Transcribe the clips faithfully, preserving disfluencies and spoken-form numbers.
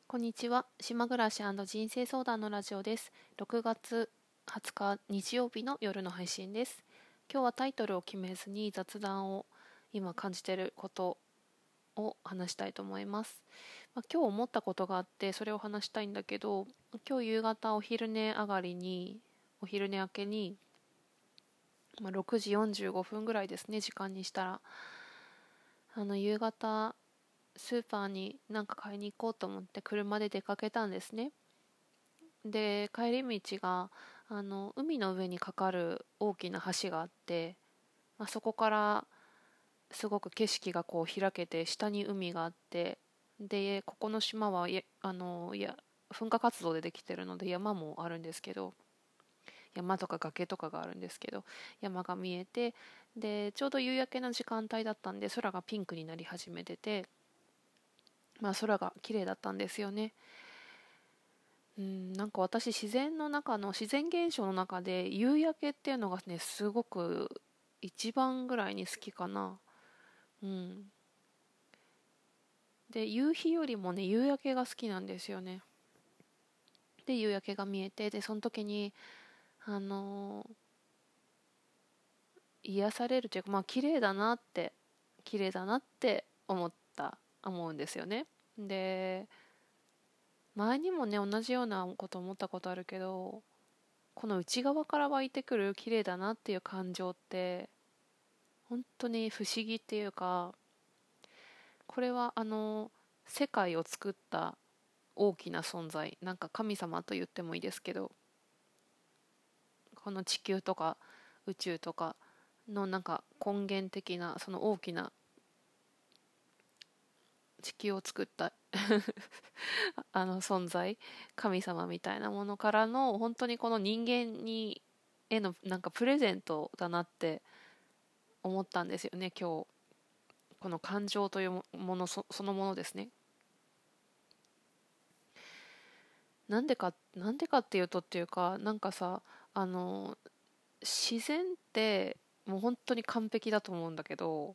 こんにちは。島暮らし人生相談のラジオです。ろくがつはつか日曜日の夜の配信です。今日はタイトルを決めずに雑談を今感じていることを話したいと思います。まあ、今日思ったことがあってそれを話したいんだけど、今日夕方お昼寝上がりにお昼寝明けに、まあ、ろくじよんじゅうごふんぐらいですね、時間にしたらあの夕方スーパーに何か買いに行こうと思って車で出かけたんですね。で帰り道があの海の上にかかる大きな橋があって、まあ、そこからすごく景色がこう開けて下に海があって、でここの島はやあのいや噴火活動でできてるので山もあるんですけど、山とか崖とかがあるんですけど、山が見えて、でちょうど夕焼けの時間帯だったんで空がピンクになり始めてて、まあ空が綺麗だったんですよね。うん、なんか私自然の中の自然現象の中で夕焼けっていうのがねすごく一番ぐらいに好きかな。うん、で夕日よりもね夕焼けが好きなんですよね。で夕焼けが見えて、でその時にあのー癒されるというか、まあ綺麗だなって綺麗だなって思った思うんですよね。で前にもね同じようなこと思ったことあるけど、この内側から湧いてくる綺麗だなっていう感情って本当に不思議っていうか、これはあの世界を作った大きな存在、なんか神様と言ってもいいですけど、この地球とか宇宙とかのなんか根源的なその大きな地球を作ったあの存在、神様みたいなものからの本当にこの人間にへのなんかプレゼントだなって思ったんですよね、今日。この感情というもの そ, そのものですね。なんでかなんでかっていうとっていうか、なんかさ、あの自然ってもう本当に完璧だと思うんだけど、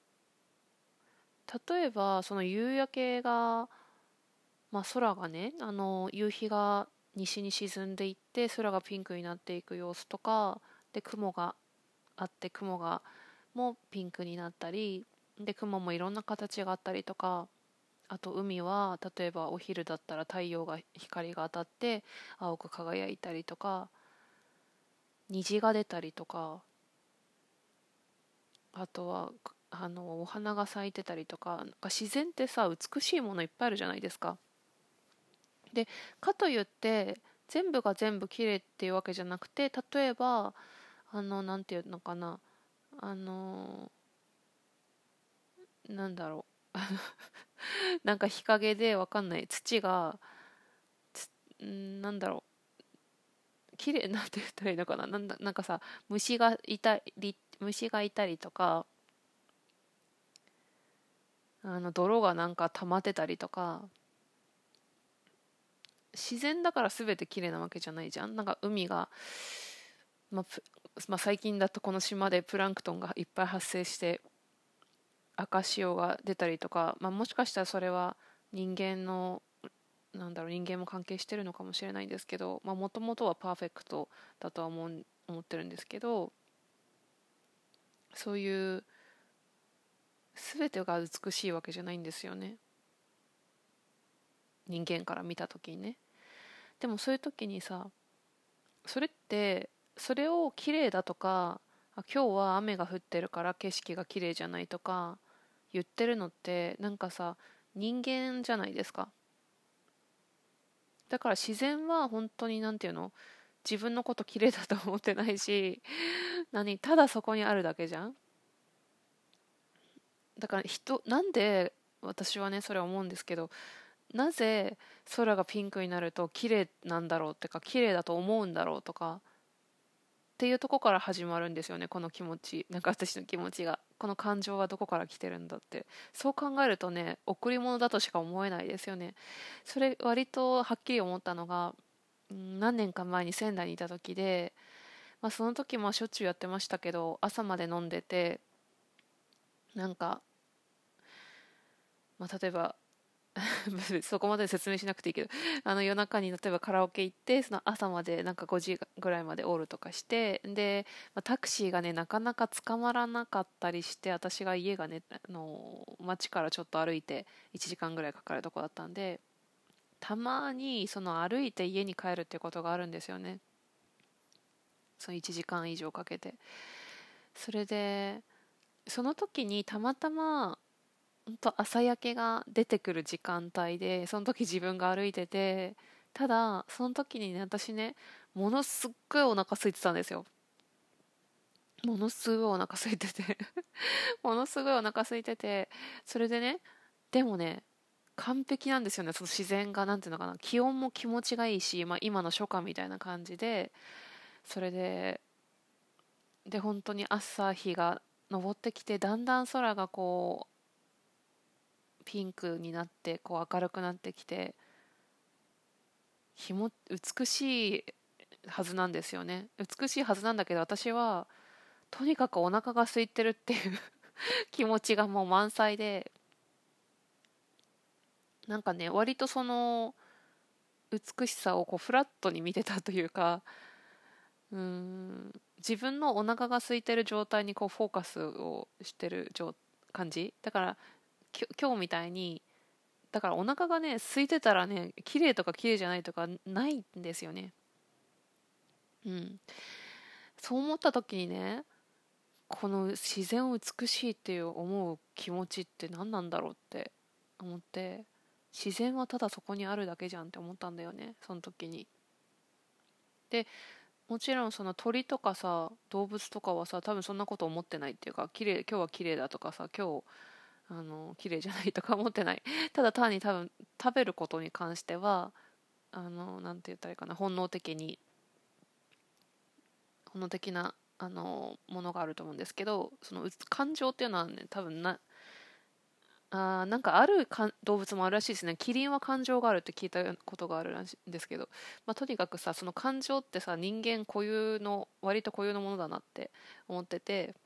例えばその夕焼けが、まあ、空がね、あの夕日が西に沈んでいって空がピンクになっていく様子とかで、雲があって雲がもピンクになったりで、雲もいろんな形があったりとか、あと海は例えばお昼だったら太陽が光が当たって青く輝いたりとか、虹が出たりとか、あとはあのお花が咲いてたりとか、なんか自然ってさ美しいものいっぱいあるじゃないですか。でかといって全部が全部綺麗っていうわけじゃなくて、例えばあのなんていうのかな、あのなんだろうなんか日陰でわかんない土がつんなんだろう、綺麗なんて言ったらいいのかな、なんだなんかさ、虫がいたり虫がいたりとか、あの泥がなんか溜まってたりとか、自然だから全て綺麗なわけじゃないじゃん。なんか海が、まあまあ、最近だとこの島でプランクトンがいっぱい発生して赤潮が出たりとか、まあ、もしかしたらそれは人間のなんだろう人間も関係してるのかもしれないんですけど、もともとはパーフェクトだとは思う思ってるんですけど、そういう全てが美しいわけじゃないんですよね、人間から見た時にね。でもそういう時にさ、それってそれを綺麗だとか、あ今日は雨が降ってるから景色が綺麗じゃないとか言ってるのって、なんかさ人間じゃないですか。だから自然は本当になんていうの、自分のこと綺麗だと思ってないし、何ただそこにあるだけじゃん。だから人なんで、私はねそれは思うんですけど、なぜ空がピンクになると綺麗なんだろうってか綺麗だと思うんだろうとかっていうとこから始まるんですよね、この気持ち。なんか私の気持ちが、この感情はどこから来てるんだって、そう考えるとね贈り物だとしか思えないですよね。それ割とはっきり思ったのが、うん、何年か前に仙台にいた時で、まあ、その時もしょっちゅうやってましたけど朝まで飲んでて、なんか、まあ、例えばそこまで説明しなくていいけど、あの夜中に例えばカラオケ行って、その朝までなんかごじぐらいまでおるとかして、で、まあ、タクシーがねなかなか捕まらなかったりして、私が家がねあの町からちょっと歩いていちじかんぐらいかかるとこだったんで、たまにその歩いて家に帰るっていうことがあるんですよね。そのいちじかん以上かけて。それでその時にたまたま本当朝焼けが出てくる時間帯で、その時自分が歩いてて、ただその時にね、私ね、ものすっごいお腹空いてたんですよ。ものすごいお腹空いててものすごいお腹空いてて、それでね、でもね、完璧なんですよね、その自然が。なんていうのかな、気温も気持ちがいいし、まあ、今の初夏みたいな感じで、それでで本当に朝日が昇ってきて、だんだん空がこうピンクになって、こう明るくなってきて、日も美しいはずなんですよね。美しいはずなんだけど、私はとにかくお腹が空いてるっていう気持ちがもう満載で、なんかね、割とその美しさをこうフラットに見てたというか、うーん自分のお腹が空いてる状態にこうフォーカスをしてる状感じだから、きょ今日みたいに、だからお腹がね空いてたらね、綺麗とか綺麗じゃないとかないんですよね。うん、そう思った時にね、この自然を美しいっていう思う気持ちって何なんだろうって思って、自然はただそこにあるだけじゃんって思ったんだよね、その時に。でもちろんその鳥とかさ、動物とかはさ、多分そんなこと思ってないっていうか、綺麗今日は綺麗だとかさ、今日あの綺麗じゃないとか思ってない。ただ単に多分食べることに関しては、あのなんて言ったらいいかな、本能的に本能的なあのものがあると思うんですけど、そのうつ感情っていうのはね、多分なあーなんかあるかん動物もあるらしいですね。キリンは感情があるって聞いたことがあるらしいんですけど、まあ、とにかくさ、その感情ってさ、人間固有の割と固有のものだなって思ってて、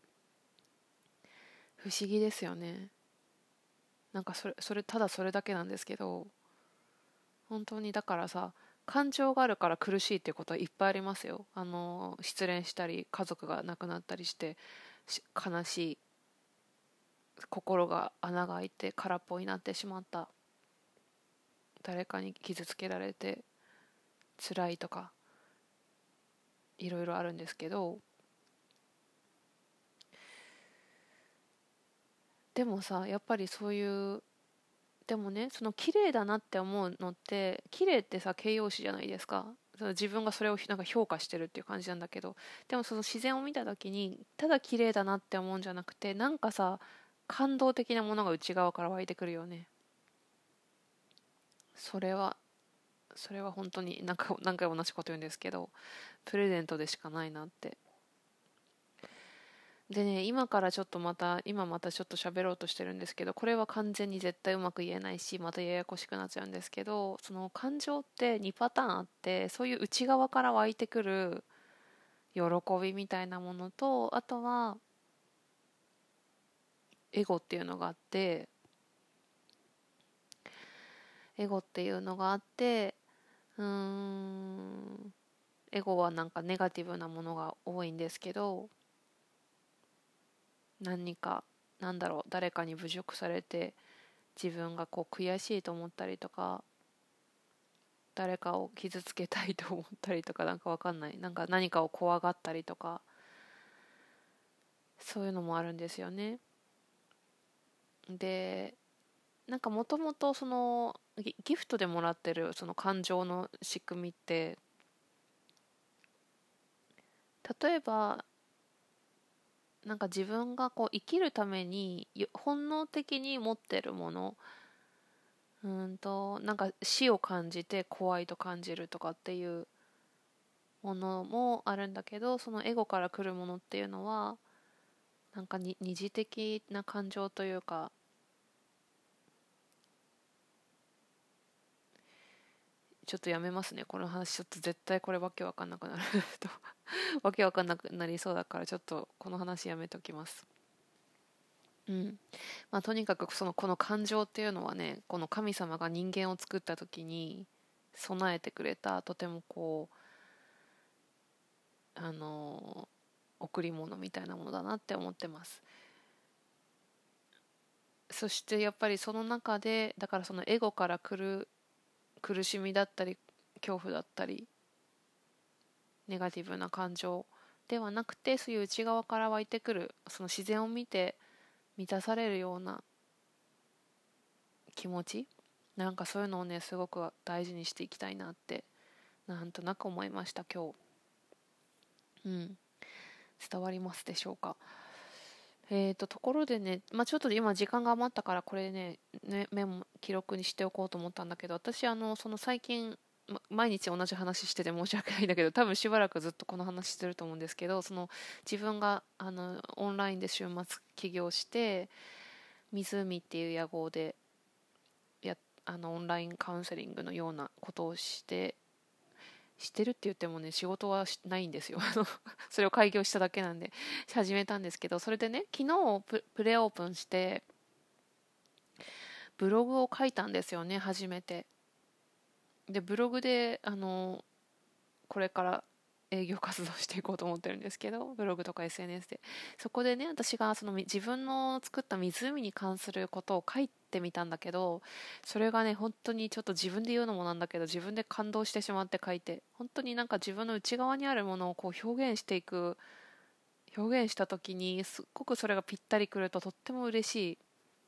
不思議ですよね。なんかそれそれただそれだけなんですけど、本当にだからさ、感情があるから苦しいっていうことはいっぱいありますよ。あの失恋したり家族が亡くなったりして、し悲しい、心が穴が開いて空っぽになってしまった、誰かに傷つけられて辛いとか、いろいろあるんですけど、でもさ、やっぱりそういう、でもね、その綺麗だなって思うのって、綺麗ってさ形容詞じゃないですか。その自分がそれをなんか評価してるっていう感じなんだけど、でもその自然を見た時にただ綺麗だなって思うんじゃなくて、なんかさ、感動的なものが内側から湧いてくるよね。それはそれは本当になんか何回も同じこと言うんですけど、プレゼントでしかないなって。でね、今からちょっとまた、今またちょっと喋ろうとしてるんですけど、これは完全に絶対うまく言えないし、またややこしくなっちゃうんですけど、その感情ってにパターンあって、そういう内側から湧いてくる喜びみたいなものと、あとはエゴっていうのがあって、エゴっていうのがあって、うーん、エゴはなんかネガティブなものが多いんですけど、何か、なんだろう、誰かに侮辱されて、自分がこう悔しいと思ったりとか、誰かを傷つけたいと思ったりとか、なんかわかんない、なんか何かを怖がったりとか、そういうのもあるんですよね。で、なんかもともとそのギギフトでもらってるその感情の仕組みって、例えばなんか自分がこう生きるためによ本能的に持ってるもの、うーんとなんか死を感じて怖いと感じるとかっていうものもあるんだけど、そのエゴから来るものっていうのはなんかに二次的な感情というか、ちょっとやめますねこの話。ちょっと絶対これわけわかんなくなるとわけわかんなくなりそうだから、ちょっとこの話やめときます。 うんまあ、とにかくそのこの感情っていうのはね、この神様が人間を作った時に備えてくれた、とてもこうあの贈り物みたいなものだなって思ってます。そしてやっぱりその中で、だからそのエゴから来る苦しみだったり恐怖だったりネガティブな感情ではなくて、そういう内側から湧いてくるその自然を見て満たされるような気持ち、なんかそういうのをねすごく大事にしていきたいなってなんとなく思いました今日。うん伝わりますでしょうか。えーとところでね、まあ、ちょっと今時間が余ったからこれね、ねメモ記録にしておこうと思ったんだけど、私あのその最近ま毎日同じ話してて申し訳ないんだけど、多分しばらくずっとこの話してると思うんですけど、その自分があのオンラインで週末起業して湖っていう屋号でやあのオンラインカウンセリングのようなことをしてしてるって言ってもね仕事はないんですよそれを開業しただけなんで始めたんですけど、それでね昨日ププレオープンしてブログを書いたんですよね初めて。でブログであのこれから営業活動していこうと思ってるんですけど、ブログとか エスエヌエス でそこでね私がその自分の作った湖に関することを書いてみたんだけど、それがね本当にちょっと自分で言うのもなんだけど自分で感動してしまって書いて、本当になんか自分の内側にあるものをこう表現していく表現した時にすっごくそれがぴったりくるととっても嬉しい。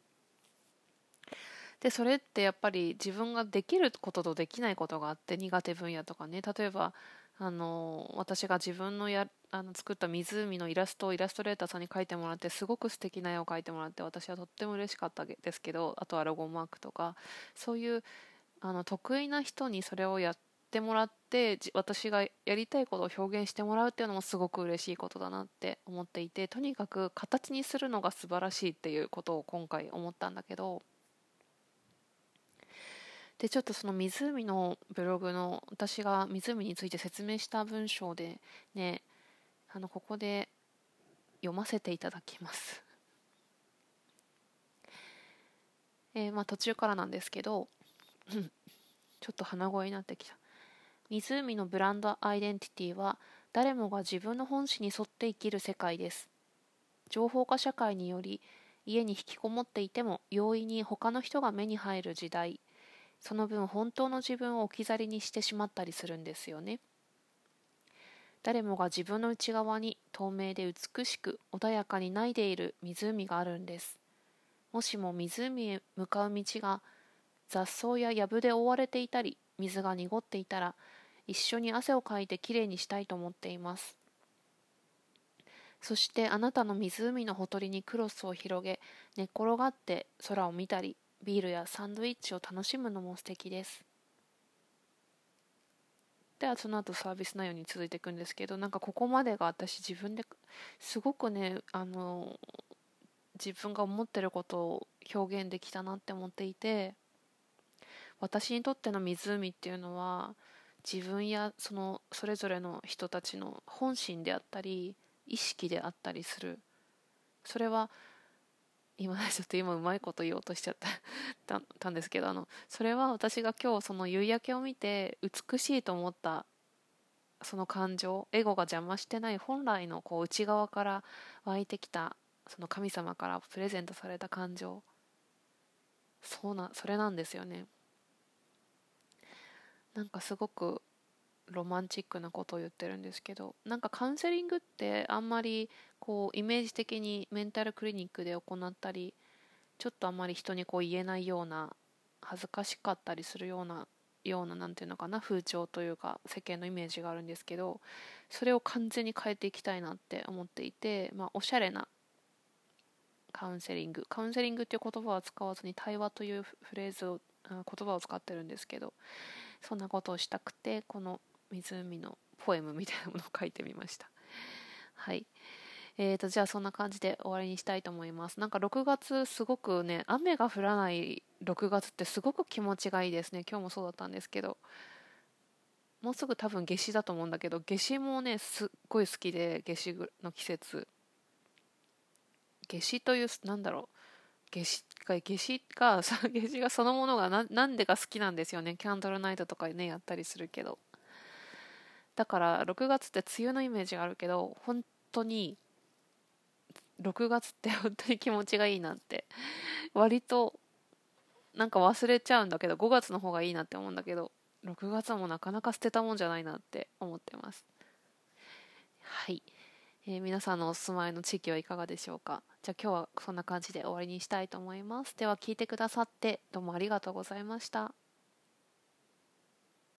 でそれってやっぱり自分ができることとできないことがあって、苦手分野とかね、例えばあの私が自分のやあの作った湖のイラストをイラストレーターさんに描いてもらって、すごく素敵な絵を描いてもらって、私はとっても嬉しかったですけど、あとはロゴマークとかそういうあの得意な人にそれをやってもらって、私がやりたいことを表現してもらうっていうのもすごく嬉しいことだなって思っていて、とにかく形にするのが素晴らしいっていうことを今回思ったんだけど、でちょっとその湖のブログの私が湖について説明した文章でね、あのここで読ませていただきますえーまあ途中からなんですけどちょっと鼻声になってきた。湖のブランドアイデンティティは誰もが自分の本心に沿って生きる世界です。情報化社会により家に引きこもっていても容易に他の人が目に入る時代、その分本当の自分を置き去りにしてしまったりするんですよね。誰もが自分の内側に透明で美しく穏やかにないでいる湖があるんです。もしも湖へ向かう道が雑草や藪で覆われていたり水が濁っていたら、一緒に汗をかいてきれいにしたいと思っています。そしてあなたの湖のほとりにクロスを広げ、寝っ転がって空を見たりビールやサンドイッチを楽しむのも素敵です。ではその後サービス内容に続いていくんですけど、なんかここまでが私自分ですごくねあの自分が思ってることを表現できたなって思っていて、私にとっての湖っていうのは自分やそのそれぞれの人たちの本心であったり意識であったりする。それは今ちょっと今うまいこと言おうとしちゃったたんですけど、あのそれは私が今日その夕焼けを見て美しいと思ったその感情、エゴが邪魔してない本来のこう内側から湧いてきた、その神様からプレゼントされた感情、そうなそれなんですよね。なんかすごくロマンチックなことを言ってるんですけど、なんかカウンセリングってあんまりこうイメージ的にメンタルクリニックで行ったり、ちょっとあんまり人にこう言えないような恥ずかしかったりするようなようななんていうのかな、風潮というか世間のイメージがあるんですけど、それを完全に変えていきたいなって思っていて、まあ、おしゃれなカウンセリングカウンセリングっていう言葉は使わずに対話というフレーズを言葉を使ってるんですけど、そんなことをしたくてこの湖のポエムみたいなものを書いてみました。はい。えーと、じゃあそんな感じで終わりにしたいと思います。なんかろくがつすごくね、雨が降らないろくがつってすごく気持ちがいいですね。今日もそうだったんですけど、もうすぐ多分夏至だと思うんだけど、夏至もね、すっごい好きで、夏至の季節。 夏至というなんだろう夏至が夏至が夏至がそのものがななんでか好きなんですよね。キャンドルナイトとかねやったりするけど、だからろくがつって梅雨のイメージがあるけど、本当にろくがつって本当に気持ちがいいなって割となんか忘れちゃうんだけど、ごがつの方がいいなって思うんだけど、ろくがつもなかなか捨てたもんじゃないなって思ってます。はい、えー皆さんのお住まいの地域はいかがでしょうか。じゃあ今日はそんな感じで終わりにしたいと思います。では聞いてくださってどうもありがとうございました。